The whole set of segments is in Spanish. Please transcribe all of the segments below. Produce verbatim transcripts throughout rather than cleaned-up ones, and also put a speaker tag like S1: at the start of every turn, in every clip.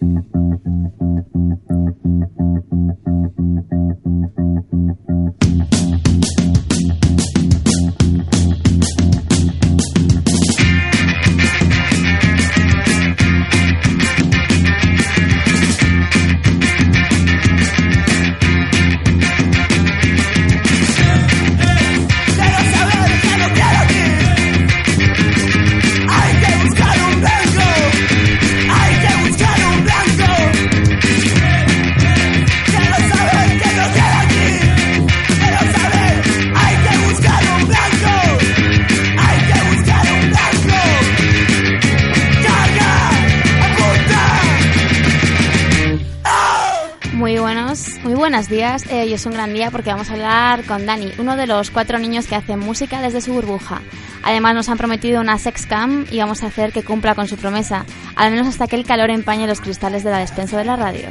S1: Buenos días, eh, hoy es un gran día porque vamos a hablar con Dani, uno de los cuatro niños que hacen música desde su burbuja. Además nos han prometido una sexcam y vamos a hacer que cumpla con su promesa, al menos hasta que el calor empañe los cristales de la despensa de la radio.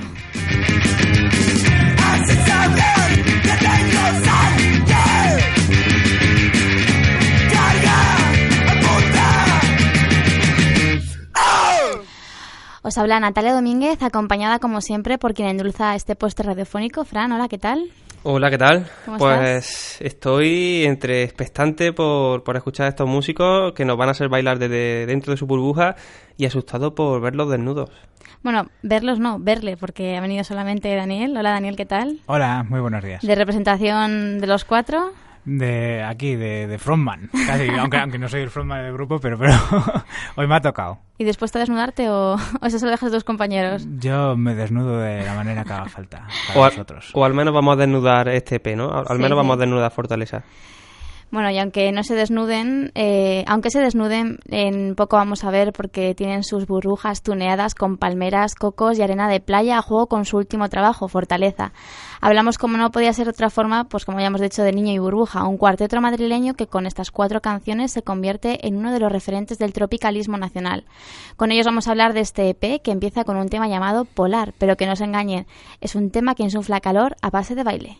S1: Os habla Natalia Domínguez, acompañada como siempre por quien endulza este puesto radiofónico. Fran, hola, ¿qué tal?
S2: Hola, ¿qué tal?
S1: ¿Cómo
S2: pues
S1: estás?
S2: Estoy entre expectante por, por escuchar a estos músicos que nos van a hacer bailar desde dentro de su burbuja y asustado por verlos desnudos.
S1: Bueno, verlos no, verle, porque ha venido solamente Daniel. Hola, Daniel, ¿qué tal?
S3: Hola, muy buenos días.
S1: ¿De representación de los cuatro?
S3: De aquí, de, de frontman, casi, aunque, aunque no soy el frontman del grupo, pero, pero hoy me ha tocado.
S1: ¿Y dispuesto a desnudarte o, o eso se lo dejas a tus compañeros?
S3: Yo me desnudo de la manera que haga falta para
S2: o,
S3: vosotros.
S2: A, o al menos vamos a desnudar este E P, ¿no? Al, al
S1: Sí,
S2: menos vamos
S1: sí.
S2: a desnudar Fortaleza.
S1: Bueno, y aunque no se desnuden, eh, aunque se desnuden, en poco vamos a ver porque tienen sus burbujas tuneadas con palmeras, cocos y arena de playa a juego con su último trabajo, Fortaleza. Hablamos, como no podía ser de otra forma, pues como ya hemos dicho, de Niño y Burbuja, un cuarteto madrileño que con estas cuatro canciones se convierte en uno de los referentes del tropicalismo nacional. Con ellos vamos a hablar de este E P que empieza con un tema llamado Polar, pero que no se engañen, es un tema que insufla calor a base de baile.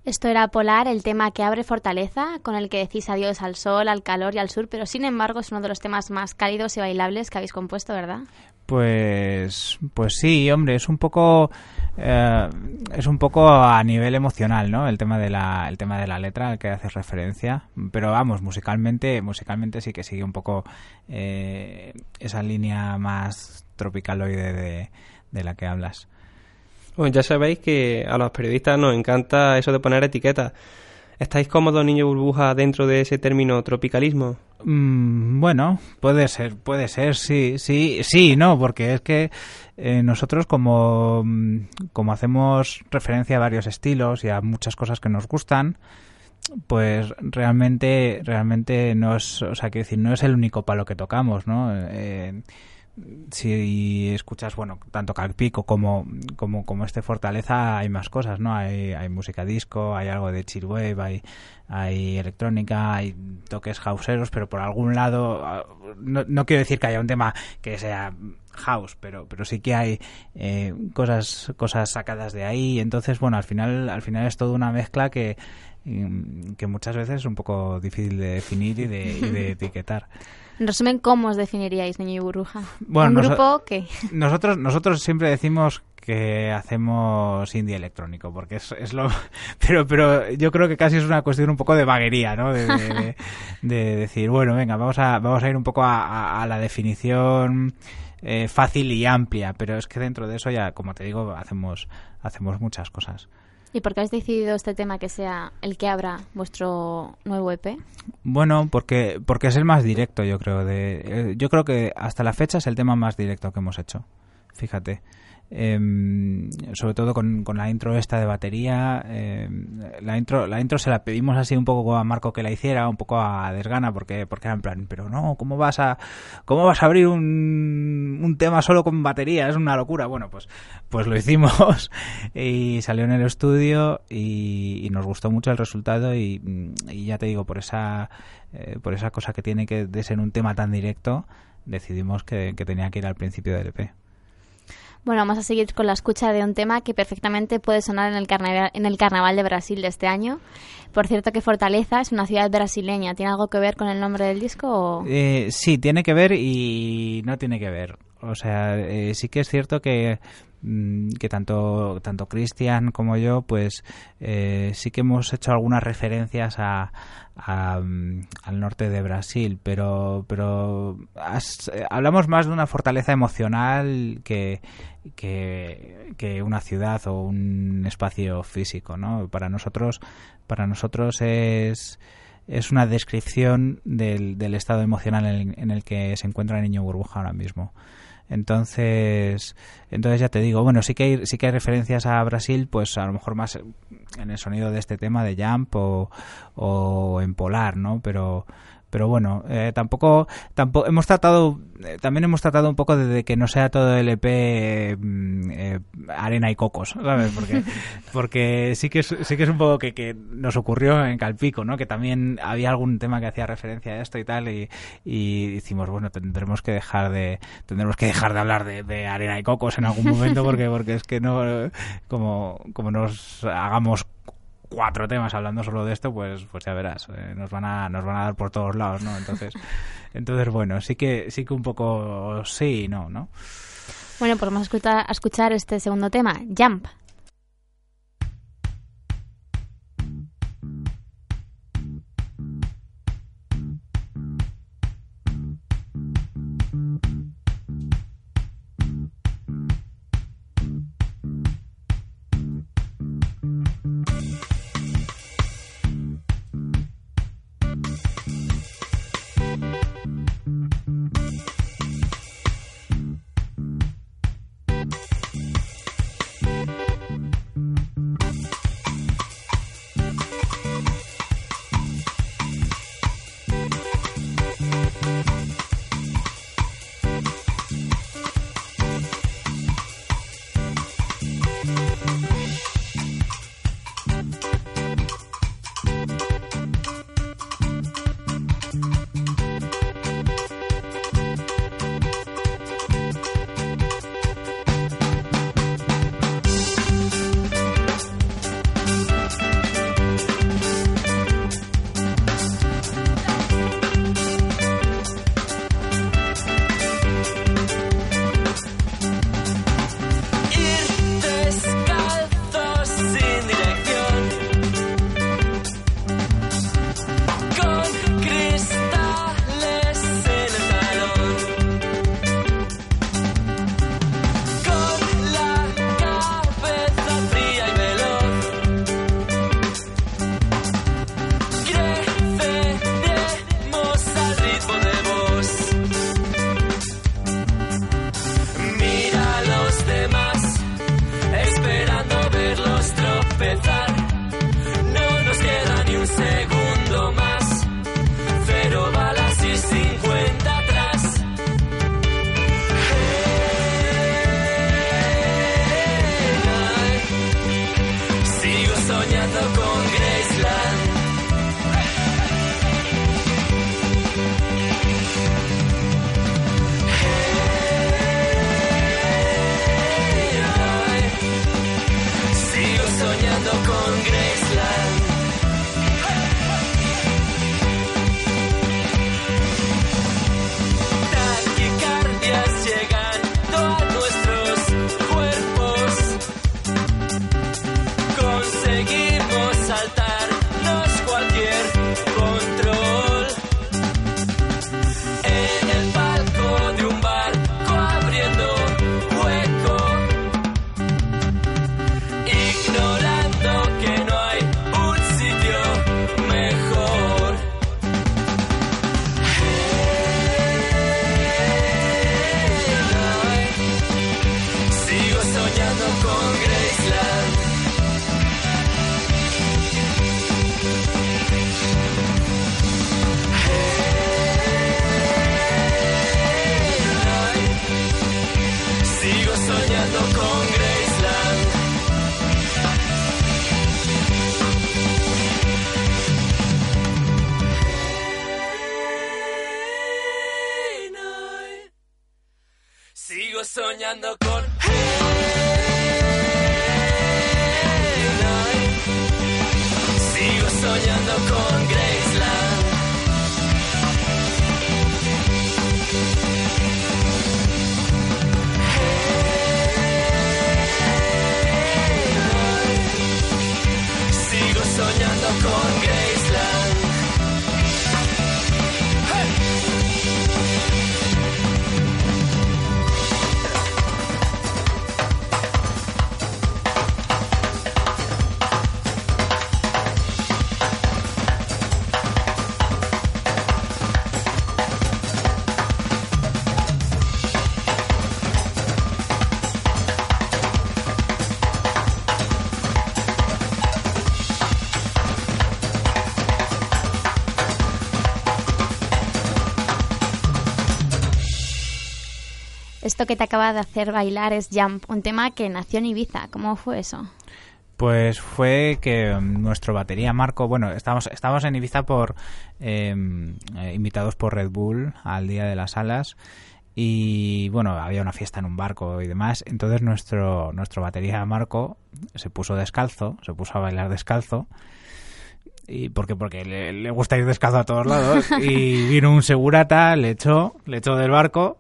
S1: Esto era Polar, el tema que abre Fortaleza, con el que decís adiós al sol, al calor y al sur, pero sin embargo es uno de los temas más cálidos y bailables que habéis compuesto, ¿verdad?
S3: Pues, pues sí, hombre, es un poco, eh, es un poco a nivel emocional, ¿no? El tema de la, el tema de la letra al que haces referencia, pero vamos, musicalmente, musicalmente sí que sigue un poco eh, esa línea más tropicaloide de, de la que hablas.
S2: Bueno, ya sabéis que a los periodistas nos encanta eso de poner etiquetas. ¿Estáis cómodos, Niño Burbuja, dentro de ese término tropicalismo?
S3: Mm, bueno, puede ser, puede ser, sí, sí, sí, no, porque es que eh, nosotros como, como hacemos referencia a varios estilos y a muchas cosas que nos gustan, pues realmente, realmente no es, o sea, quiero decir, no es el único palo que tocamos, ¿no? Eh, si escuchas, bueno, tanto Calpico como, como como este Fortaleza, hay más cosas, ¿no? Hay, hay música disco, hay algo de chillwave, hay, hay electrónica, hay toques houseeros, pero por algún lado, no, no quiero decir que haya un tema que sea house, pero pero sí que hay eh, cosas cosas sacadas de ahí. Entonces, bueno, al final al final es toda una mezcla que que muchas veces es un poco difícil de definir y de, y de etiquetar.
S1: En resumen, ¿cómo os definiríais, Niño Burbuja?
S3: Bueno,
S1: ¿Un
S3: nos,
S1: grupo qué?
S3: Nosotros, nosotros siempre decimos que hacemos indie electrónico, porque es, es lo... Pero pero yo creo que casi es una cuestión un poco de vaguería, ¿no? De, de, de, de decir, bueno, venga, vamos a, vamos a ir un poco a, a, a la definición eh, fácil y amplia, pero es que dentro de eso ya, como te digo, hacemos, hacemos muchas cosas.
S1: ¿Y por qué habéis decidido este tema que sea el que abra vuestro nuevo E P?
S3: Bueno, porque porque es el más directo, yo creo. De, eh, yo creo que hasta la fecha es el tema más directo que hemos hecho. Fíjate. Eh, sobre todo con, con la intro esta de batería. Eh, la intro la intro se la pedimos así un poco a Marco que la hiciera, un poco a desgana, porque porque era en plan, pero no, ¿cómo vas a cómo vas a abrir un, un tema solo con batería? Es una locura. Bueno, pues pues lo hicimos y salió en el estudio y, y nos gustó mucho el resultado y, y ya te digo, por esa eh, por esa cosa que tiene que de ser un tema tan directo, decidimos que, que tenía que ir al principio del E P.
S1: Bueno, vamos a seguir con la escucha de un tema que perfectamente puede sonar en el carnaval, en el carnaval de Brasil de este año. Por cierto, que Fortaleza es una ciudad brasileña. ¿Tiene algo que ver con el nombre del disco? O...
S3: Eh, sí, tiene que ver y no tiene que ver. O sea, eh, sí que es cierto que que tanto tanto Cristian como yo pues eh, sí que hemos hecho algunas referencias a, a al norte de Brasil, pero pero has, eh, hablamos más de una fortaleza emocional que, que que una ciudad o un espacio físico, ¿no? Para nosotros para nosotros es es una descripción del, del estado emocional en el, en el que se encuentra el Niño Burbuja ahora mismo. Entonces, entonces ya te digo, bueno, sí que hay, sí que hay referencias a Brasil, pues a lo mejor más en el sonido de este tema de Jump o, o en Polar, ¿no? Pero pero bueno, eh, tampoco tampoco hemos tratado eh, también hemos tratado un poco de, de que no sea todo el E P eh, eh, arena y cocos, ¿sabes? Porque porque sí que es, sí que es un poco que, que nos ocurrió en Calpico, ¿no? Que también había algún tema que hacía referencia a esto y tal y, y decimos, bueno, tendremos que dejar de tendremos que dejar de hablar de, de arena y cocos en algún momento porque porque es que no como como nos hagamos cuatro temas hablando solo de esto, pues pues ya verás, eh, nos van a nos van a dar por todos lados, ¿no? Entonces entonces bueno, sí que sí que un poco sí y no, ¿no?
S1: Bueno, pues vamos a escuchar, a escuchar este segundo tema, Jump.
S4: Sigo soñando con Sigo soñando con Graceland. Sigo soñando con Graceland.
S1: Esto que te acaba de hacer bailar es Jump, un tema que nació en Ibiza. ¿Cómo fue eso?
S3: Pues fue que nuestro batería Marco, bueno, estábamos, estábamos en Ibiza por eh, invitados por Red Bull al Día de las Alas y bueno, había una fiesta en un barco y demás, entonces nuestro, nuestro batería Marco se puso descalzo, se puso a bailar descalzo. Y porque porque le, le gusta ir descalzo a todos lados y vino un segurata, le echó, le echó del barco.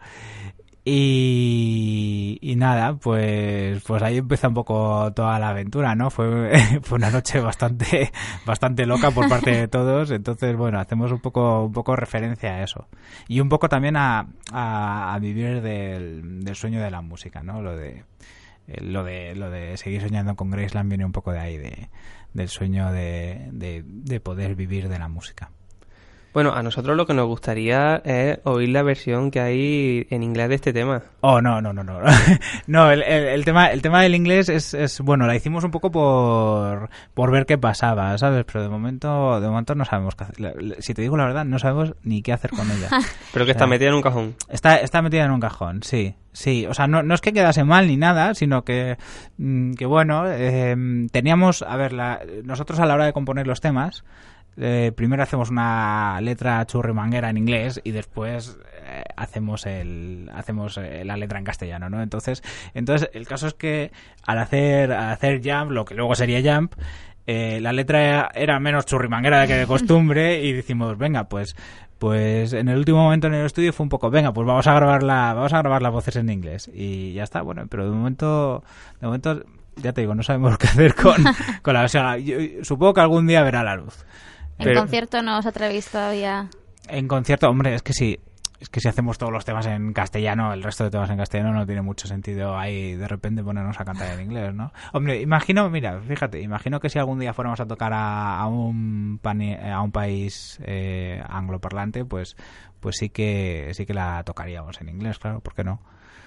S3: Y, y nada, pues pues ahí empezó un poco toda la aventura, ¿no? Fue, fue una noche bastante bastante loca por parte de todos, entonces bueno, hacemos un poco un poco referencia a eso. Y un poco también a, a, a vivir del, del sueño de la música, ¿no? Lo de lo de lo de seguir soñando con Graceland viene un poco de ahí, de del sueño de, de, de poder vivir de la música.
S2: Bueno, a nosotros lo que nos gustaría es oír la versión que hay en inglés de este tema.
S3: Oh, no, no, no, no. No, el, el, el tema el tema del inglés es, es bueno, la hicimos un poco por por ver qué pasaba, ¿sabes? Pero de momento de momento no sabemos qué hacer. Si te digo la verdad, no sabemos ni qué hacer con ella.
S2: Pero que está o sea, metida en un cajón.
S3: Está está metida en un cajón, sí. Sí, o sea, no, no es que quedase mal ni nada, sino que, que bueno, eh, teníamos, a ver, la, nosotros a la hora de componer los temas, Eh, primero hacemos una letra churrimanguera en inglés y después eh, hacemos el hacemos eh, la letra en castellano, ¿no? Entonces, entonces el caso es que al hacer al hacer Jump, lo que luego sería Jump, eh, la letra era, era menos churrimanguera que de costumbre y decimos, venga, pues pues en el último momento en el estudio fue un poco, venga, pues vamos a grabar la vamos a grabar las voces en inglés y ya está, bueno, pero de momento de momento ya te digo, no sabemos qué hacer con con la versión. Yo, supongo que algún día verá la luz.
S1: ¿En Pero, concierto no os atrevéis todavía?
S3: En concierto, hombre, es que sí. Es que si hacemos todos los temas en castellano, el resto de temas en castellano no tiene mucho sentido ahí de repente ponernos a cantar en inglés, ¿no? Hombre, imagino, mira, fíjate, imagino que si algún día fuéramos a tocar a, a un pani, a un país eh, angloparlante, pues pues sí que sí que la tocaríamos en inglés, claro, ¿por qué no?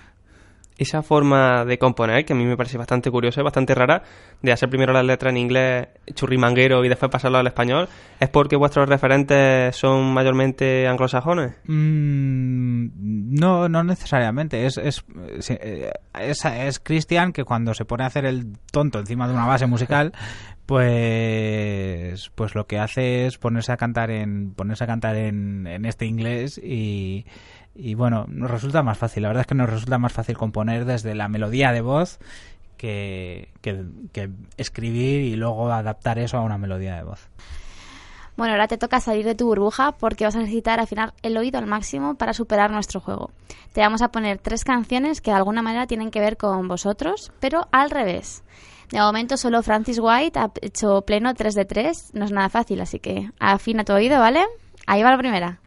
S2: Esa forma de componer, que a mí me parece bastante curiosa y bastante rara, de hacer primero las letras en inglés churrimanguero y después pasarlo al español, ¿es porque vuestros referentes son mayormente anglosajones?
S3: Mm, no, no necesariamente. Es es, es, es Christian que cuando se pone a hacer el tonto encima de una base musical, pues pues lo que hace es ponerse a cantar en ponerse a cantar en, en este inglés y Y bueno, nos resulta más fácil. La verdad es que nos resulta más fácil componer desde la melodía de voz que, que, que escribir y luego adaptar eso a una melodía de voz.
S1: Bueno, ahora te toca salir de tu burbuja porque vas a necesitar afinar el oído al máximo para superar nuestro juego. Te vamos a poner tres canciones que de alguna manera tienen que ver con vosotros, pero al revés. De momento solo Francis White ha hecho pleno tres de tres. No es nada fácil, así que afina tu oído, ¿vale? Ahí va la primera.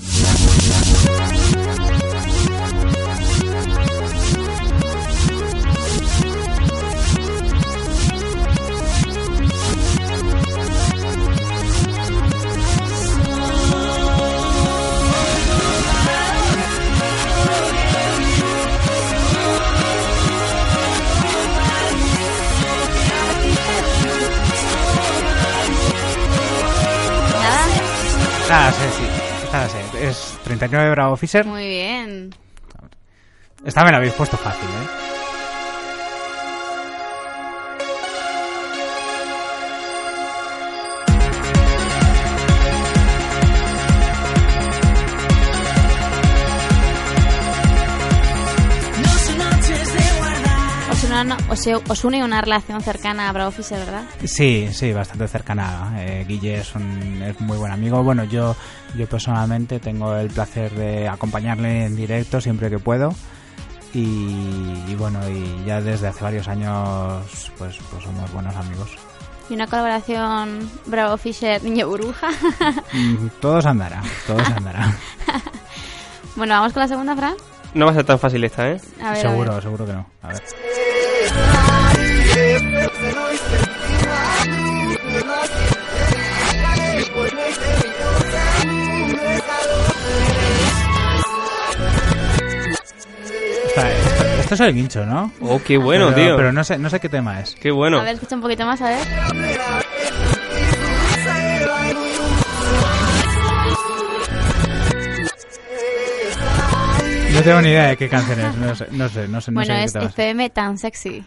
S3: Ah, sí, sí. Esta sí. Es treinta y nueve Bravo Fisher.
S1: Muy bien.
S3: Esta me la habéis puesto fácil, ¿eh?
S4: No
S1: Os une, os, os une una relación cercana a Bravo Fischer, ¿verdad?
S3: Sí, sí, bastante cercana. Eh, Guille es un es muy buen amigo. Bueno, yo yo personalmente tengo el placer de acompañarle en directo siempre que puedo. Y, y bueno, y ya desde hace varios años pues, pues somos buenos amigos.
S1: ¿Y una colaboración Bravo Fischer Niño Burbuja?
S3: Mm, Todos andará, todos andará.
S1: Bueno, ¿vamos con la segunda, Fran?
S2: No va a ser tan fácil esta, ¿eh?
S1: A ver,
S3: Seguro,
S1: a ver.
S3: seguro que no. A ver. Esta- esta- Esto es el Guincho, ¿no?
S2: Oh, qué bueno,
S3: pero,
S2: tío.
S3: Pero no sé, no sé qué tema es.
S2: Qué bueno.
S1: A ver, escucha un poquito más, a ver.
S3: No tengo ni idea de qué canción es. No sé, no sé, no sé. No
S1: Bueno,
S3: sé
S1: es
S3: qué tema es.
S1: F M Tan Sexy.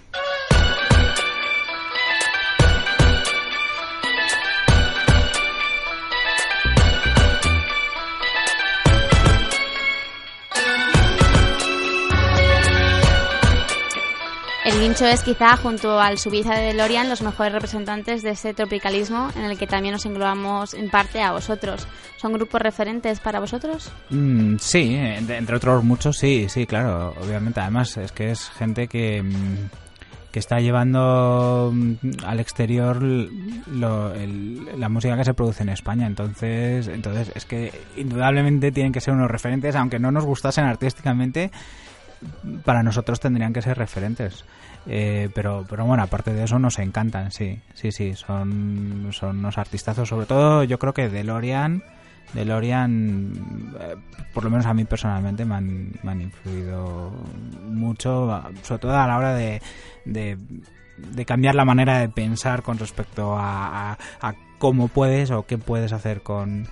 S1: El Guincho es quizá, junto al Subiza de DeLorean, los mejores representantes de ese tropicalismo en el que también nos englobamos en parte a vosotros. ¿Son grupos referentes para vosotros?
S3: Mm, sí, entre, entre otros muchos, sí, sí, claro, obviamente. Además, es que es gente que, mm, que está llevando mm, al exterior lo- el- la música que se produce en España. Entonces, entonces es que indudablemente tienen que ser unos referentes, aunque no nos gustasen artísticamente. Para nosotros tendrían que ser referentes. Eh, pero pero bueno, aparte de eso nos encantan, sí, sí, sí, son, son unos artistazos. Sobre todo yo creo que DeLorean DeLorean, eh, por lo menos a mí personalmente me han, me han influido mucho, sobre todo a la hora de, de, de cambiar la manera de pensar con respecto a, a, a cómo puedes o qué puedes hacer con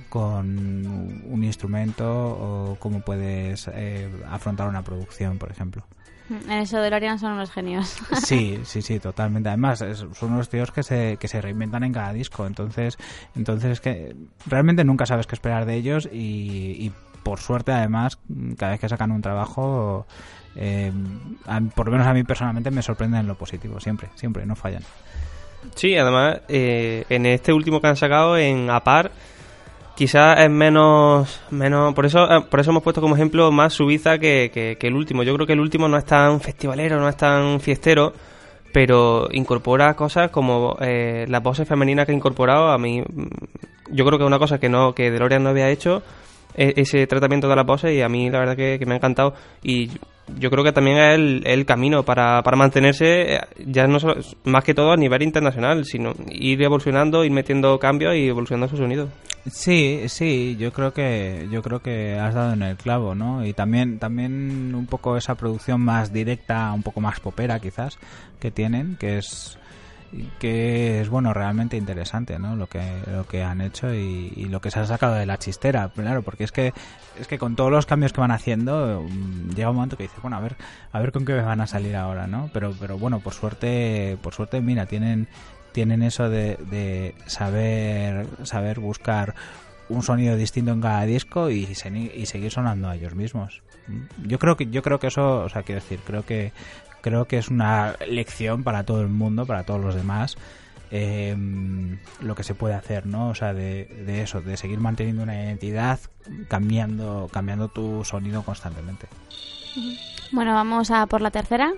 S3: con un instrumento o cómo puedes eh, afrontar una producción, por ejemplo.
S1: En eso DeLorean son unos genios.
S3: Sí, sí, sí, totalmente. Además, es, son unos tíos que se, que se reinventan en cada disco. Entonces, entonces es que realmente nunca sabes qué esperar de ellos y, y por suerte, además, cada vez que sacan un trabajo, eh, a, por lo menos a mí personalmente me sorprenden en lo positivo. Siempre, siempre, no fallan.
S2: Sí, además, eh, en este último que han sacado, en Apar, quizás es menos, menos por eso por eso hemos puesto como ejemplo más Subiza que, que, que el último. Yo creo que el último no es tan festivalero, no es tan fiestero, pero incorpora cosas como eh, las voces femeninas que ha incorporado. A mí, yo creo que es una cosa que no que DeLorean no había hecho, ese tratamiento de las voces, y a mí la verdad que, que me ha encantado. Y yo creo que también es el, el camino para, para mantenerse, ya no solo, más que todo a nivel internacional, sino ir evolucionando, ir metiendo cambios y evolucionando su sonido.
S3: Sí, sí, yo creo que yo creo que has dado en el clavo, ¿no? Y también también un poco esa producción más directa, un poco más popera quizás que tienen, que es que es bueno, realmente interesante, ¿no? Lo que lo que han hecho y, y lo que se ha sacado de la chistera, claro, porque es que es que con todos los cambios que van haciendo llega un momento que dices, bueno, a ver, a ver con qué van a salir ahora, ¿no? Pero pero bueno, por suerte, por suerte, mira, tienen tienen eso de, de saber saber buscar un sonido distinto en cada disco y, se, y seguir sonando a ellos mismos. Yo creo que yo creo que eso, o sea, quiero decir, creo que creo que es una lección para todo el mundo, para todos los demás, eh, lo que se puede hacer, ¿no? O sea, de, de eso, de seguir manteniendo una identidad, cambiando cambiando tu sonido constantemente.
S1: Bueno, vamos a por la tercera.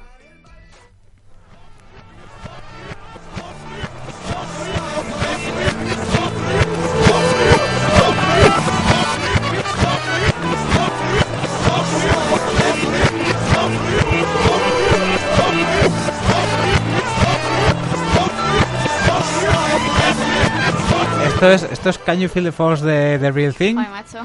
S3: Esto es, esto es Can You Feel the Force de The Real Thing.
S1: Joder, macho.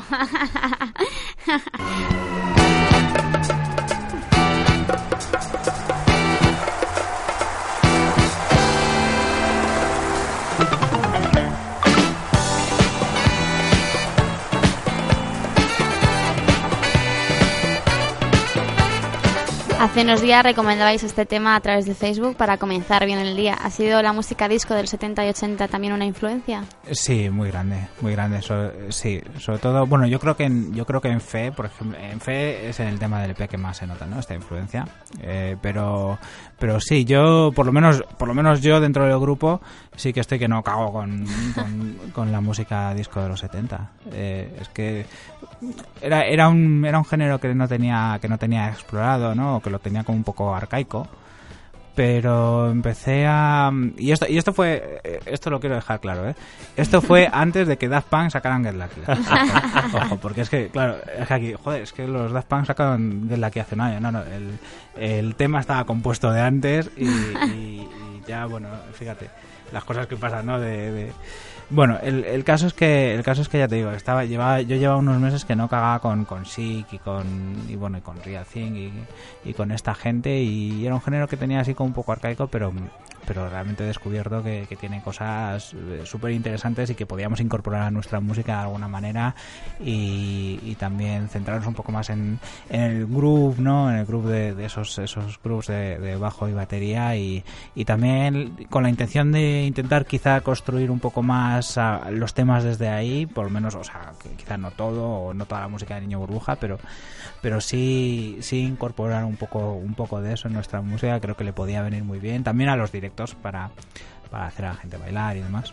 S1: Hace unos días recomendabais este tema a través de Facebook para comenzar bien el día. ¿Ha sido la música disco del setenta y ochenta también una influencia?
S3: Sí, muy grande, muy grande. So, sí, sobre todo, bueno, yo creo que en, yo creo que en Fe, por ejemplo, en Fe es en el tema del E P que más se nota, ¿no? Esta influencia. Eh, pero, pero sí, yo, por lo menos, por lo menos yo dentro del grupo sí que estoy que no cago con, con, con la música disco de los setenta. Eh, es que era, era un, era un género que no tenía, que no tenía explorado, ¿no? Que lo tenía como un poco arcaico. Pero empecé a... Y esto y esto fue... Esto lo quiero dejar claro, ¿eh? Esto fue antes de que Daft Punk sacaran Get Lucky. Ojo, porque es que, claro, es que aquí... Joder, es que los Daft Punk sacaron Get Lucky hace un año. No, no, el, el tema estaba compuesto de antes y, y, y ya, bueno, fíjate, las cosas que pasan, ¿no? De... de Bueno, el, el caso es que el caso es que ya te digo, estaba llevaba yo llevaba unos meses que no cagaba con con Sick y con y bueno, y con Real Thing y, y con esta gente, y era un género que tenía así como un poco arcaico, pero pero realmente he descubierto que, que tiene cosas súper interesantes y que podíamos incorporar a nuestra música de alguna manera, y, y también centrarnos un poco más en, en el groove, ¿no? En el groove de, de esos esos grooves de, de bajo y batería, y, y también con la intención de intentar quizá construir un poco más a los temas desde ahí, por lo menos, o sea, que quizás no todo o no toda la música de Niño Burbuja, pero pero sí sí incorporar un poco un poco de eso en nuestra música. Creo que le podía venir muy bien también a los directos para para hacer a la gente bailar y demás,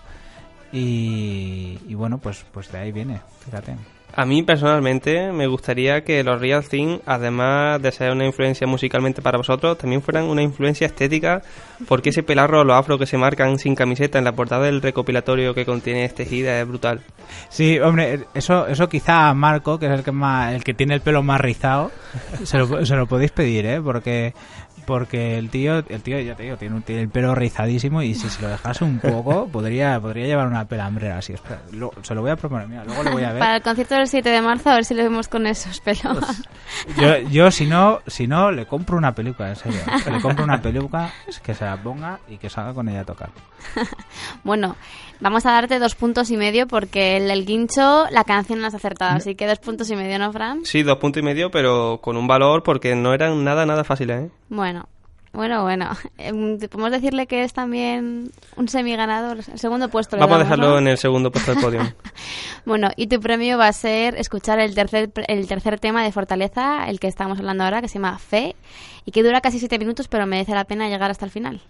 S3: y, y bueno, pues pues de ahí viene, fíjate.
S2: A mí personalmente me gustaría que los Real Thing, además de ser una influencia musicalmente para vosotros, también fueran una influencia estética, porque ese pelarro o los afros que se marcan sin camiseta en la portada del recopilatorio que contiene este gira es brutal.
S3: Sí, hombre, eso eso quizá a Marco, que es el que más, el que tiene el pelo más rizado, se lo, se lo podéis pedir, ¿eh? Porque porque el tío, el tío ya te digo, tiene, un, tiene el pelo rizadísimo, y si se lo dejase un poco podría podría llevar una pelambrera así. Espera, lo, se lo voy a proponer, mira, luego le voy a ver.
S1: Para el concierto del siete de marzo, a ver si lo vemos con esos pelos.
S3: Pues, yo, yo si no, si no le compro una peluca, en serio. Le compro una peluca, que se la ponga y que salga con ella a tocar.
S1: Bueno, vamos a darte dos puntos y medio porque el, el guincho, la canción no has acertado, así que dos puntos y medio, ¿no, Fran?
S2: Sí, dos puntos y medio, pero con un valor, porque no eran nada, nada fáciles, ¿eh?
S1: Bueno, bueno, bueno. ¿Podemos decirle que es también un semi-ganador? El segundo puesto.
S2: Vamos
S1: damos,
S2: a dejarlo, ¿no?,
S1: en
S2: el segundo puesto del podio.
S1: Bueno, y tu premio va a ser escuchar el tercer el tercer tema de Fortaleza, el que estamos hablando ahora, que se llama Fe, y que dura casi siete minutos, pero merece la pena llegar hasta el final.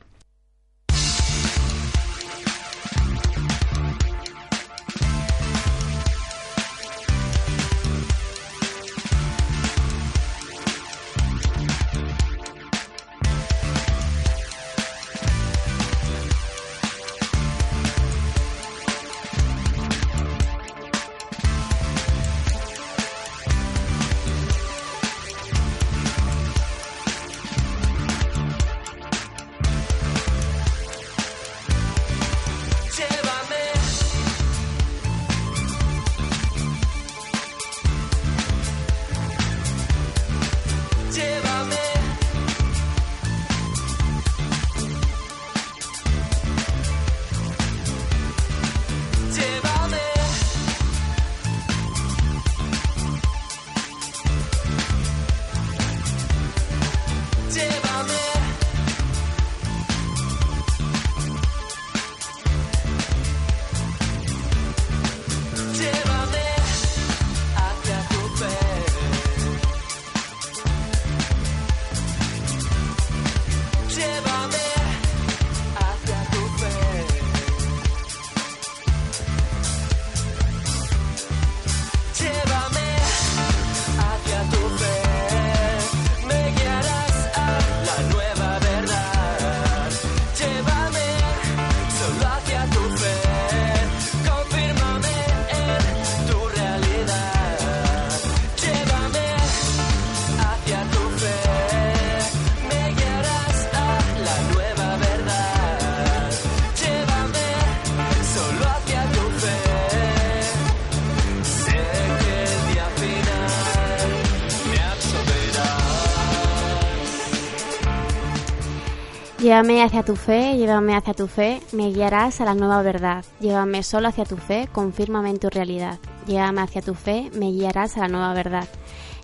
S1: Llévame hacia tu fe, llévame hacia tu fe, me guiarás a la nueva verdad. Llévame solo hacia tu fe, confírmame en tu realidad. Llévame hacia tu fe, me guiarás a la nueva verdad.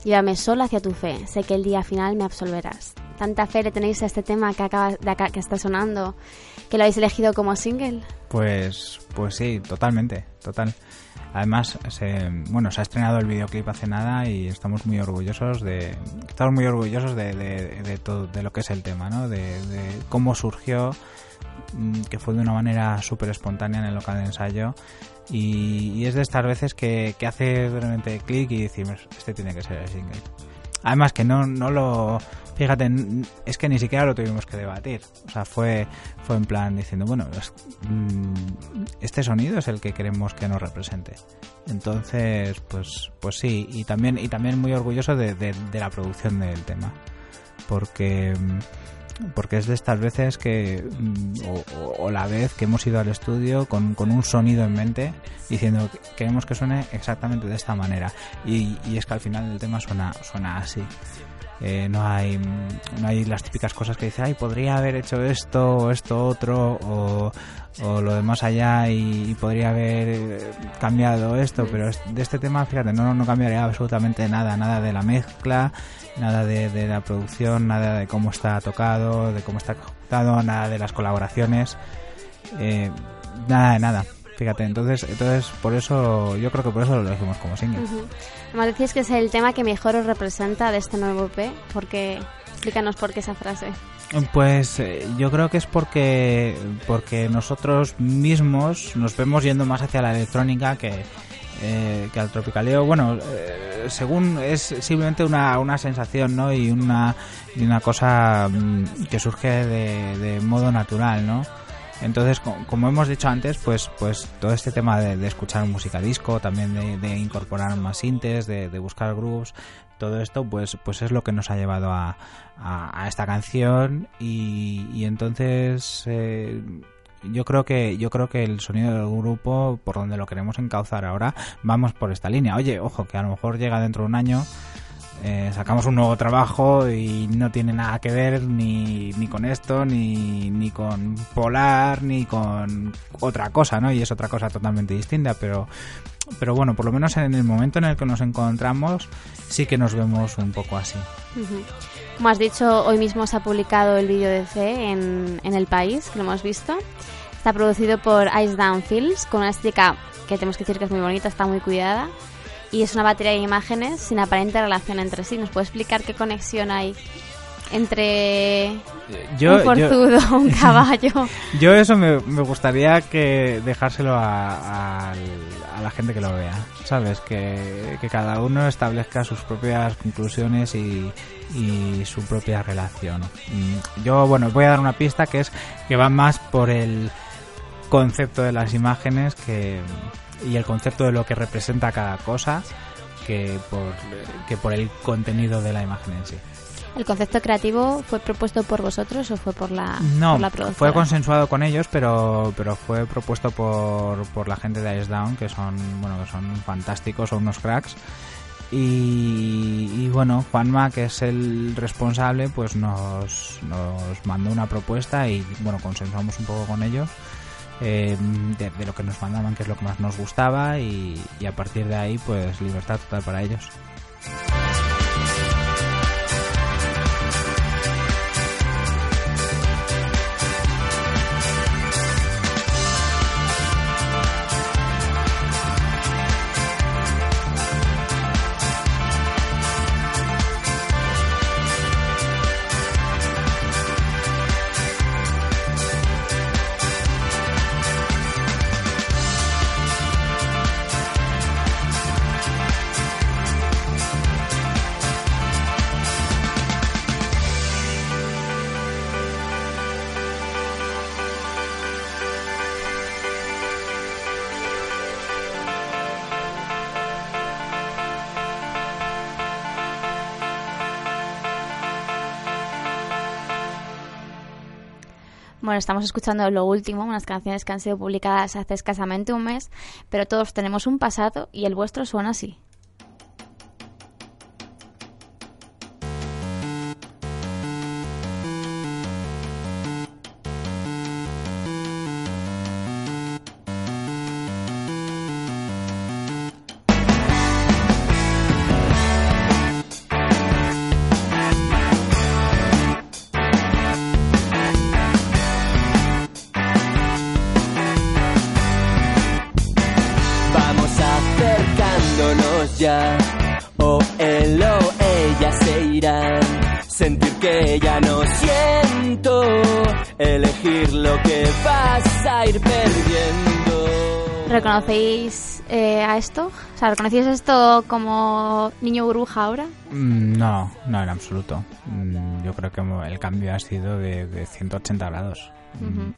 S5: Llévame solo hacia tu fe, sé que el día final me absolverás. ¿Tanta fe le tenéis a este tema que acaba de acá, que está sonando, que lo habéis elegido como single?
S3: Pues, pues sí, totalmente, total. Además, se, bueno, se ha estrenado el videoclip hace nada y estamos muy orgullosos de, estamos muy orgullosos de, de, de todo, de lo que es el tema, ¿no? De, de cómo surgió, que fue de una manera súper espontánea en el local de ensayo. Y, y es de estas veces que, que hace realmente clic y decimos, este tiene que ser el single. Además que no, no lo... Fíjate, es que ni siquiera lo tuvimos que debatir. O sea, fue, fue en plan diciendo, bueno, es, este sonido es el que queremos que nos represente. Entonces, pues pues sí. Y también y también muy orgulloso de, de, de la producción del tema. Porque... porque es de estas veces que o, o la vez que hemos ido al estudio con, con un sonido en mente diciendo que queremos que suene exactamente de esta manera y, y es que al final el tema suena suena así. Eh, no hay no hay las típicas cosas que dice, ay, podría haber hecho esto o esto otro o, o lo de más allá y, y podría haber cambiado esto, pero de este tema, fíjate, no, no cambiaría absolutamente nada, nada de la mezcla, nada de, de la producción, nada de cómo está tocado, de cómo está ejecutado, nada de las colaboraciones, eh, nada de nada. Fíjate, entonces, entonces por eso, yo creo que por eso lo elegimos como single.
S5: Uh-huh. Además decís que es el tema que mejor os representa de este nuevo E P, porque explícanos por qué esa frase.
S3: Pues eh, yo creo que es porque porque nosotros mismos nos vemos yendo más hacia la electrónica que eh, que al tropicaleo. Bueno, eh, según es simplemente una, una sensación, ¿no? Y una y una cosa mmm, que surge de, de modo natural, ¿no? Entonces, como hemos dicho antes, pues pues todo este tema de, de escuchar música disco, también de, de incorporar más sintes, de, de buscar grooves, todo esto, pues pues es lo que nos ha llevado a, a, a esta canción y, y entonces eh, yo creo que yo creo que el sonido del grupo, por donde lo queremos encauzar ahora, vamos por esta línea. Oye, ojo, que a lo mejor llega dentro de un año. Eh, sacamos un nuevo trabajo y no tiene nada que ver ni, ni con esto, ni, ni con Polar, ni con otra cosa, ¿no? Y es otra cosa totalmente distinta, pero, pero bueno, por lo menos en el momento en el que nos encontramos sí que nos vemos un poco así.
S5: Uh-huh. Como has dicho, hoy mismo se ha publicado el vídeo de C en, en El País, que lo hemos visto. Está producido por Ice Down Films, con una estética que tenemos que decir que es muy bonita, está muy cuidada. Y es una batería de imágenes sin aparente relación entre sí. ¿Nos puede explicar qué conexión hay entre yo, un forzudo, yo, un caballo?
S3: Yo eso me, me gustaría que dejárselo a, a, a la gente que lo vea, ¿sabes? Que, que cada uno establezca sus propias conclusiones y, y su propia relación. Yo, bueno, voy a dar una pista que es que va más por el concepto de las imágenes que... y el concepto de lo que representa cada cosa que por, que por el contenido de la imagen en sí.
S5: ¿El concepto creativo fue propuesto por vosotros o fue por la,
S3: no,
S5: por la productora?
S3: Fue consensuado con ellos, pero pero fue propuesto por, por la gente de Ice Down, que son bueno que son fantásticos, son unos cracks. Y, y bueno, Juanma, que es el responsable, pues nos, nos mandó una propuesta y bueno, consensuamos un poco con ellos. Eh, de, de lo que nos mandaban, que es lo que más nos gustaba y, y a partir de ahí pues libertad total para ellos.
S1: Bueno, estamos escuchando lo último, unas canciones que han sido publicadas hace escasamente un mes, pero todos tenemos un pasado y el vuestro suena así.
S4: ella o él o ella se irán. Sentir que ya no siento, elegir lo que vas a ir perdiendo.
S1: ¿Reconocéis eh, a esto? O sea, ¿reconocéis esto como niño burbuja ahora?
S3: Mm, No, no en absoluto. Mm, Yo creo que el cambio ha sido de, de ciento ochenta grados.
S1: Uh-huh.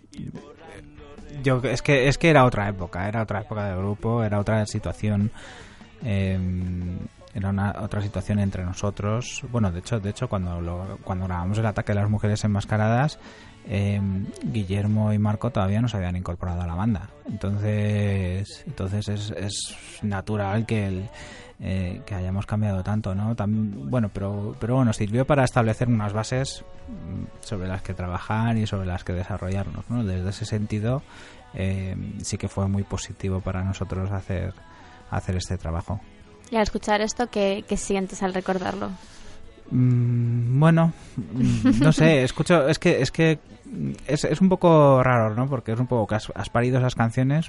S3: Yo es que es que era otra época, era otra época del grupo, era otra situación. Eh, era una otra situación entre nosotros. Bueno, de hecho, de hecho cuando lo, cuando grabamos el ataque de las mujeres enmascaradas, eh, Guillermo y Marco todavía no se habían incorporado a la banda. Entonces, entonces es, es natural que el, eh, que hayamos cambiado tanto, ¿no? Tam, bueno, pero pero bueno, sirvió para establecer unas bases sobre las que trabajar y sobre las que desarrollarnos, ¿no? Desde ese sentido, eh, sí que fue muy positivo para nosotros hacer hacer este trabajo.
S1: Y al escuchar esto, ¿qué, qué sientes al recordarlo?
S3: Mm, bueno, no sé, escucho, es que es que es, es un poco raro, ¿no? Porque es un poco que has, has parido esas canciones,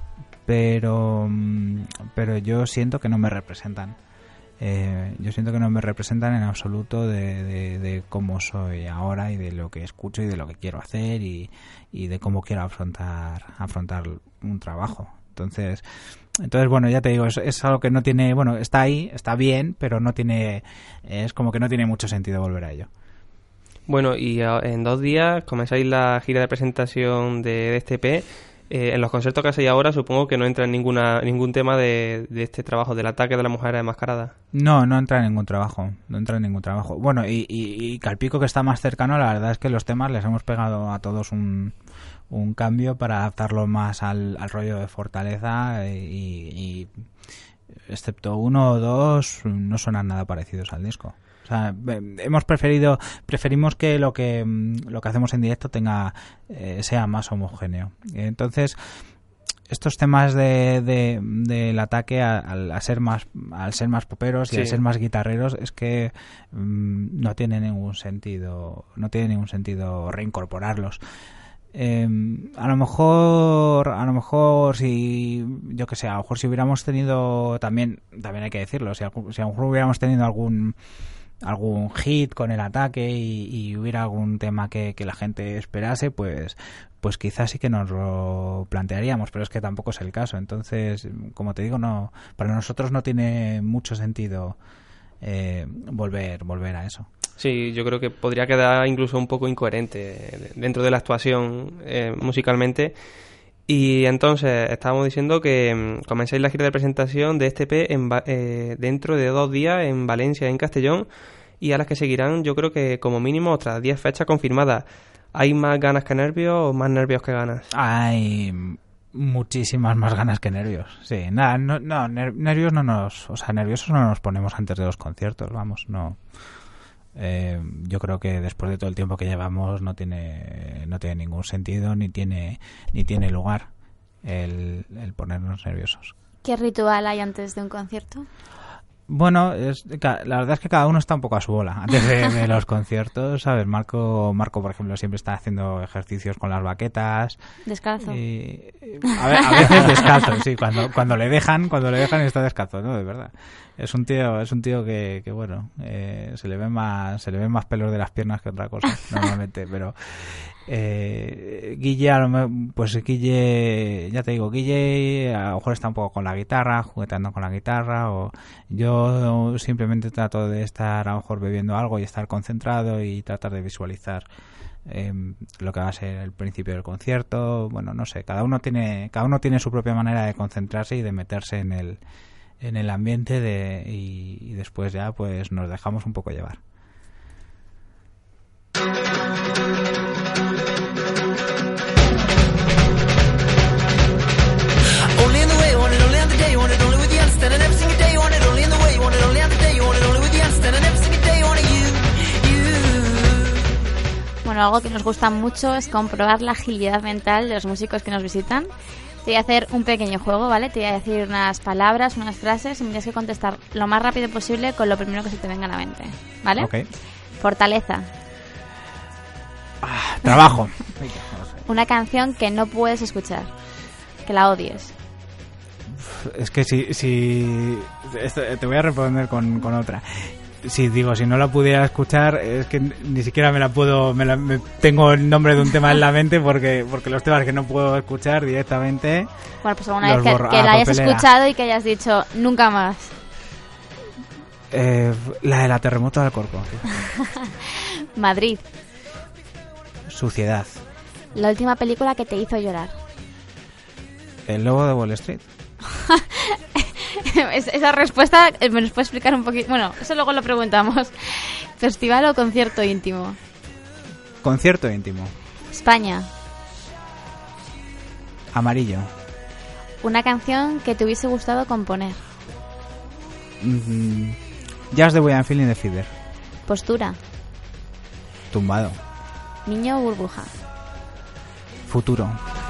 S3: pero pero yo siento que no me representan. Eh, yo siento que no me representan en absoluto de, de, de cómo soy ahora y de lo que escucho y de lo que quiero hacer y, y de cómo quiero afrontar afrontar un trabajo. Entonces, entonces bueno, ya te digo, es, es algo que no tiene, bueno, está ahí, está bien, pero no tiene, es como que no tiene mucho sentido volver a ello.
S2: Bueno, y a, en dos días comenzáis la gira de presentación de, de este E P. Eh, en los conciertos que hacéis ahora supongo que no entra en ninguna, ningún tema de, de este trabajo, del ataque de las mujeres enmascaradas.
S3: No, no entra en ningún trabajo, no entra en ningún trabajo. Bueno, y, y, y Calpico, que está más cercano, la verdad es que los temas les hemos pegado a todos un, un cambio para adaptarlo más al, al rollo de Fortaleza y, y excepto uno o dos no suenan nada parecidos al disco. O sea, hemos preferido, preferimos que lo que lo que hacemos en directo tenga eh, sea más homogéneo. Entonces, estos temas de, de del ataque a, a ser más al ser más poperos y sí. al ser más guitarreros es que mmm, no tiene ningún sentido, no tiene ningún sentido reincorporarlos. Eh, a lo mejor a lo mejor si yo que sé, a lo mejor si hubiéramos tenido también también hay que decirlo, si, si a lo mejor hubiéramos tenido algún algún hit con el ataque y, y hubiera algún tema que, que la gente esperase, pues pues quizás sí que nos lo plantearíamos, pero es que tampoco es el caso. Entonces, como te digo, no, para nosotros no tiene mucho sentido eh, volver volver a eso.
S2: Sí, yo creo que podría quedar incluso un poco incoherente dentro de la actuación eh, musicalmente. Y entonces estábamos diciendo que mmm, comenzáis la gira de presentación de este E P en, eh, dentro de dos días en Valencia, en Castellón, y a las que seguirán yo creo que como mínimo otras diez fechas confirmadas. ¿Hay más ganas que nervios o más nervios que ganas?
S3: Hay muchísimas más ganas que nervios. Sí, nada, no, no nervios no nos, o sea, nerviosos no nos ponemos antes de los conciertos, vamos, no. Eh, yo creo que después de todo el tiempo que llevamos no tiene no tiene ningún sentido ni tiene ni tiene lugar el, el ponernos nerviosos.
S1: ¿Qué ritual hay antes de un concierto?
S3: Bueno, es, la verdad es que cada uno está un poco a su bola antes de, de los conciertos, ¿sabes? Marco, Marco, por ejemplo, siempre está haciendo ejercicios con las baquetas.
S1: Descalzo.
S3: Y, a, ver, a veces descalzo, sí, cuando cuando le dejan, cuando le dejan está descalzo, ¿no? De verdad. Es un tío, es un tío que, que bueno, eh, se le ven más, se le ven más pelos de las piernas que otra cosa, normalmente, pero eh, Guille, pues Guille, ya te digo, Guille a lo mejor está un poco con la guitarra, jugueteando con la guitarra, o yo simplemente trato de estar a lo mejor bebiendo algo y estar concentrado y tratar de visualizar eh, lo que va a ser el principio del concierto. Bueno, no sé, cada uno tiene, cada uno tiene su propia manera de concentrarse y de meterse en el en el ambiente de y, y después ya pues nos dejamos un poco llevar.
S1: Bueno, algo que nos gusta mucho es comprobar la agilidad mental de los músicos que nos visitan. Te voy a hacer un pequeño juego, ¿vale? Te voy a decir unas palabras, unas frases y me tienes que contestar lo más rápido posible con lo primero que se te venga a la mente, ¿vale?
S3: Ok.
S1: Fortaleza.
S3: Ah, trabajo.
S1: Una canción que no puedes escuchar, que la odies.
S3: es que si, si esto, te voy a responder con, con otra. Si digo, si no la pudiera escuchar, es que ni siquiera me la puedo, me la, me, tengo el nombre de un tema en la mente porque porque los temas que no puedo escuchar directamente.
S1: Bueno, pues alguna vez que, que la hayas escuchado y que hayas dicho nunca más.
S3: Eh, la de la terremoto del Alcorcón.
S1: Madrid.
S3: Suciedad.
S1: La última película que te hizo llorar.
S3: El lobo de Wall Street.
S1: Esa respuesta me nos puede explicar un poquito. Bueno, eso luego lo preguntamos. ¿Festival o concierto íntimo?
S3: Concierto íntimo.
S1: España.
S3: Amarillo.
S1: Una canción que te hubiese gustado componer.
S3: Mm, Jazz de Brian Feeling de Fever.
S1: Postura.
S3: Tumbado.
S1: Niño o burbuja.
S3: Futuro.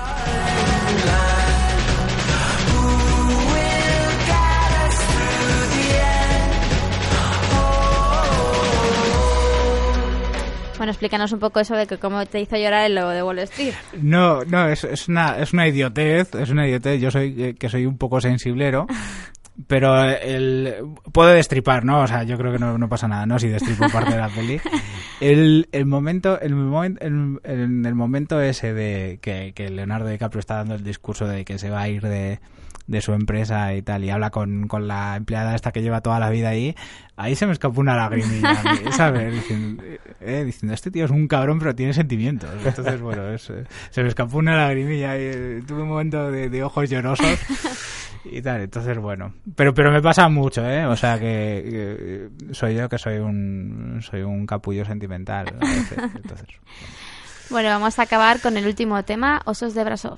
S1: Bueno, explícanos un poco eso de que cómo te hizo llorar el lobo de Wall Street.
S3: No, no, es, es una es una idiotez, es una idiotez. Yo soy que soy un poco sensiblero, pero el puedo destripar, ¿no? O sea, yo creo que no, no pasa nada, ¿no? Si destripo parte de la peli. El, el momento el, moment, el, el, el momento ese de que, que Leonardo DiCaprio está dando el discurso de que se va a ir de de su empresa y tal, y habla con, con la empleada esta que lleva toda la vida ahí, ahí se me escapó una lagrimilla, ¿sabes? Diciendo, eh, diciendo, este tío es un cabrón pero tiene sentimientos. Entonces, bueno, es, se me escapó una lagrimilla y eh, tuve un momento de, de ojos llorosos y tal, entonces, bueno. Pero pero me pasa mucho, ¿eh? O sea, que, que soy yo que soy un soy un capullo sentimental a veces, entonces. Bueno.
S1: Bueno, vamos a acabar con el último tema, Osos de Brasov.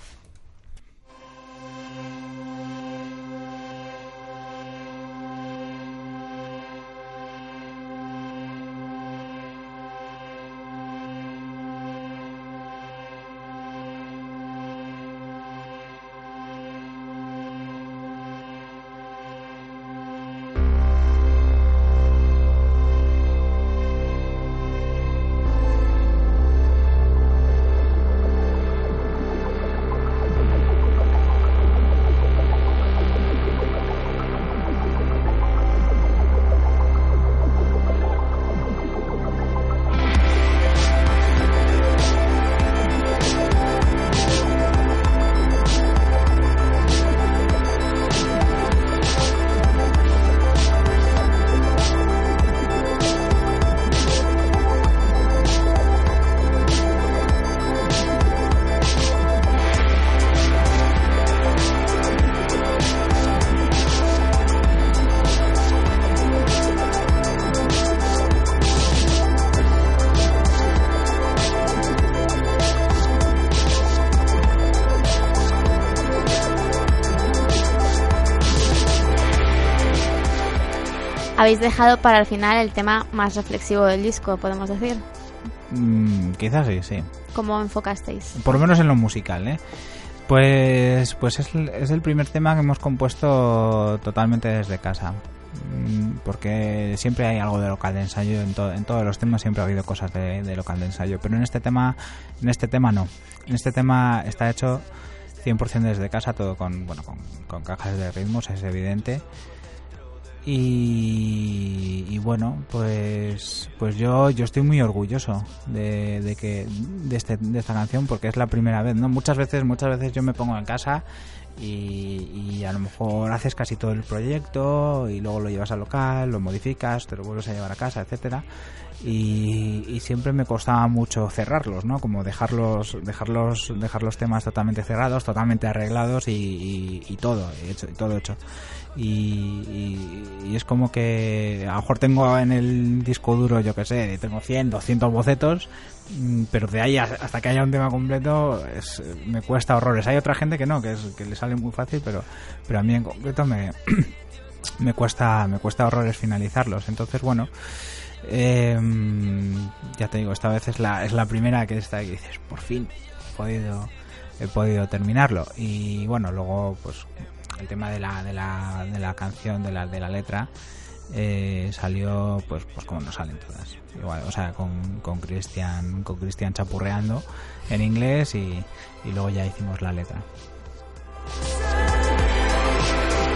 S1: Habéis dejado para el final el tema más reflexivo del disco, podemos decir.
S3: Mm, quizás sí, sí.
S1: ¿Cómo enfocasteis?
S3: Por lo menos en lo musical, ¿eh? Pues, pues es, es el primer tema que hemos compuesto totalmente desde casa. Porque siempre hay algo de local de ensayo, en, to, en todos los temas siempre ha habido cosas de, de local de ensayo, pero en este tema en este tema no. En este tema está hecho cien por ciento desde casa, todo con bueno con, con cajas de ritmos, es evidente. Y, y bueno, pues pues yo yo estoy muy orgulloso de, de que de este de esta canción porque es la primera vez, ¿no? Muchas veces muchas veces yo me pongo en casa y, y a lo mejor haces casi todo el proyecto y luego lo llevas al local, lo modificas, te lo vuelves a llevar a casa, etcétera. Y, y siempre me costaba mucho cerrarlos, ¿no? Como dejarlos dejarlos dejar los temas totalmente cerrados, totalmente arreglados y, y, y todo hecho, y todo hecho. Y, y, y es como que a lo mejor tengo en el disco duro, yo que sé, tengo cien, doscientos bocetos, pero de ahí hasta que haya un tema completo es, me cuesta horrores. Hay otra gente que no, que es que le sale muy fácil, pero pero a mí en concreto me me cuesta me cuesta horrores finalizarlos. Entonces, bueno, eh, ya te digo, esta vez es la es la primera que está que dices, por fin he podido he podido terminarlo. Y bueno, luego pues el tema de la de la de la canción, de la de la letra eh, salió pues pues como no salen todas igual, o sea, con con Cristian con Cristian chapurreando en inglés y, y luego ya hicimos la letra.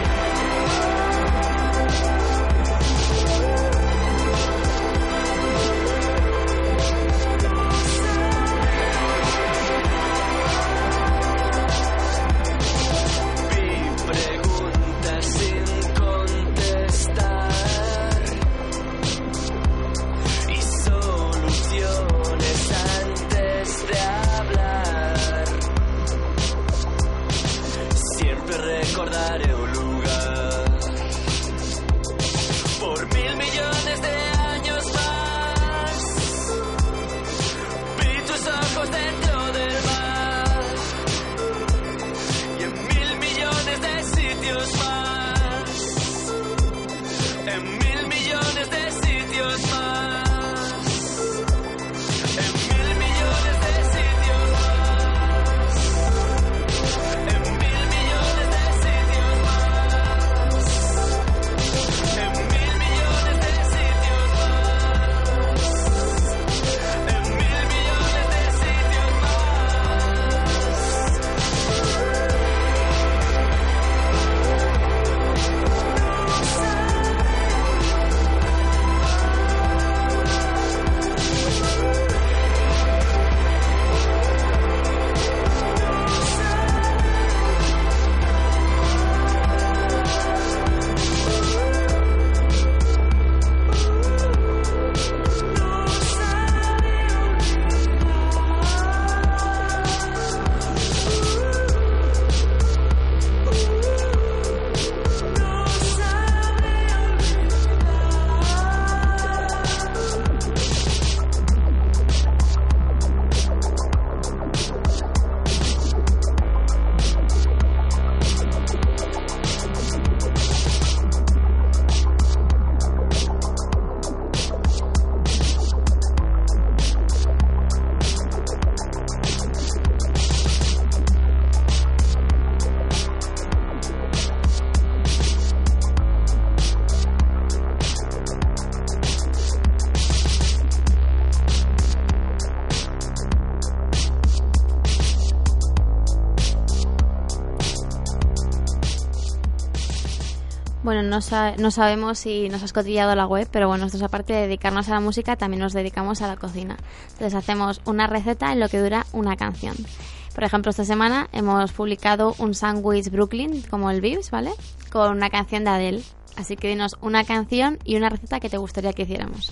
S5: Bueno, no, sa- no sabemos si nos has cotillado la web, pero bueno, nosotros aparte de dedicarnos a la música, también nos dedicamos a la cocina. Entonces hacemos una receta en lo que dura una canción. Por ejemplo, esta semana hemos publicado un sándwich Brooklyn, como el Vips, ¿vale? Con una canción de Adele. Así que dinos una canción y una receta que te gustaría que hiciéramos.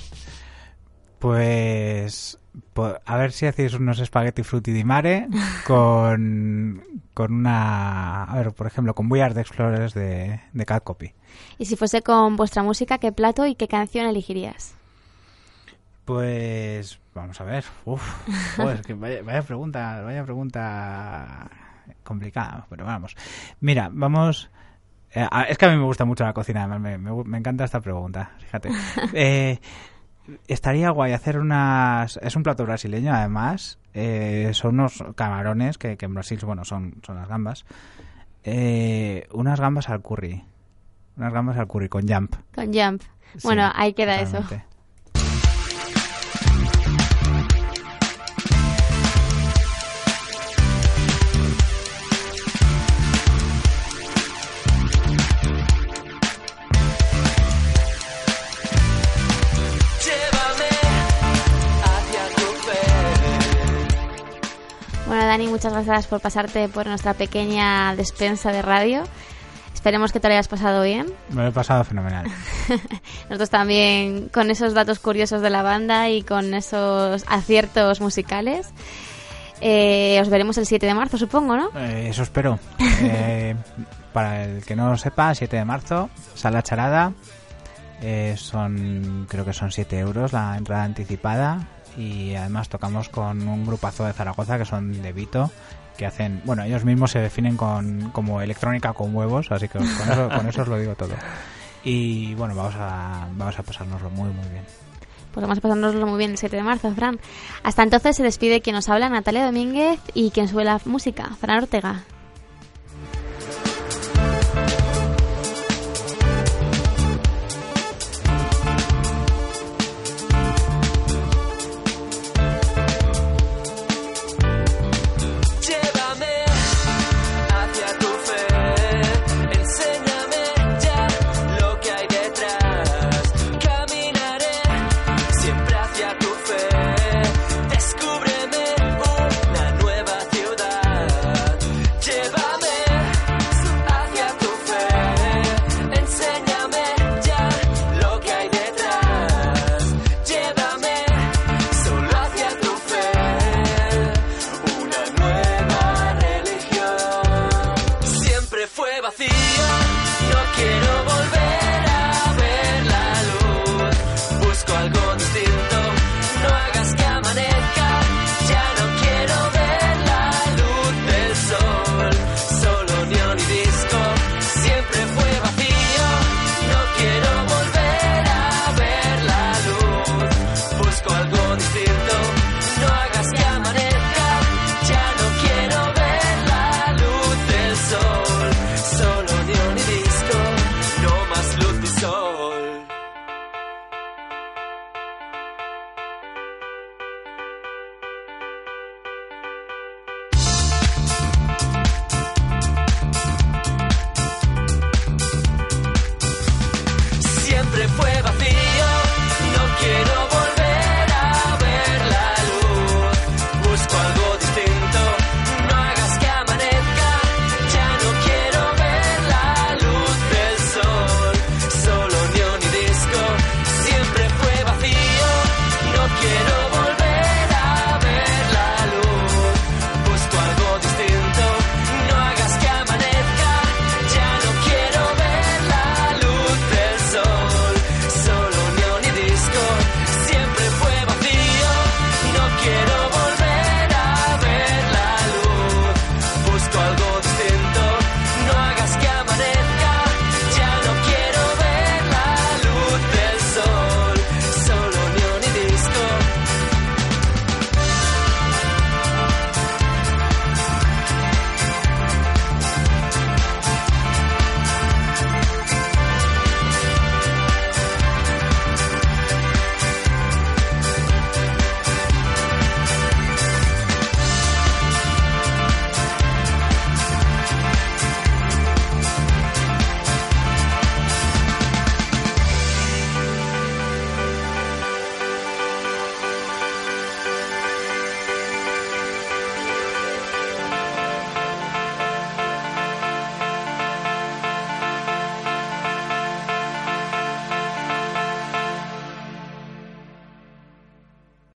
S3: Pues, pues a ver si hacéis unos espagueti frutti di mare con, con una... A ver, por ejemplo, con We Are the Explorers de, de Cat Copy.
S5: Y si fuese con vuestra música, ¿qué plato y qué canción elegirías?
S3: Pues vamos a ver. Uf, joder, que vaya, vaya pregunta, vaya pregunta complicada, pero vamos. Mira, vamos... Eh, es que a mí me gusta mucho la cocina, además me, me, me encanta esta pregunta, fíjate. Eh... Estaría guay hacer unas... Es un plato brasileño, además. Eh, son unos camarones que, que en Brasil, bueno, son, son las gambas. Eh, unas gambas al curry. Unas gambas al curry con jump.
S5: Con jump. Bueno,
S3: Sí,
S5: ahí queda
S3: totalmente.
S5: eso. Bueno, Dani, muchas gracias por pasarte por nuestra pequeña despensa de radio. Esperemos que te lo hayas pasado bien.
S3: Me lo he pasado fenomenal.
S5: Nosotros también, con esos datos curiosos de la banda y con esos aciertos musicales. Eh, os veremos el siete de marzo, supongo, ¿no?
S3: Eh, eso espero. Eh, para el que no lo sepa, siete de marzo, Sala Charada. Eh, son, creo que son siete euros la entrada anticipada. Y además tocamos con un grupazo de Zaragoza que son de Vito, que hacen, bueno, ellos mismos se definen con, como electrónica con huevos, así que con eso, con eso os lo digo todo. Y bueno, vamos a vamos a pasárnoslo muy muy bien.
S5: Pues vamos a pasárnoslo muy bien el siete de marzo, Fran. Hasta entonces se despide quien nos habla, Natalia Domínguez, y quien sube la música, Fran Ortega.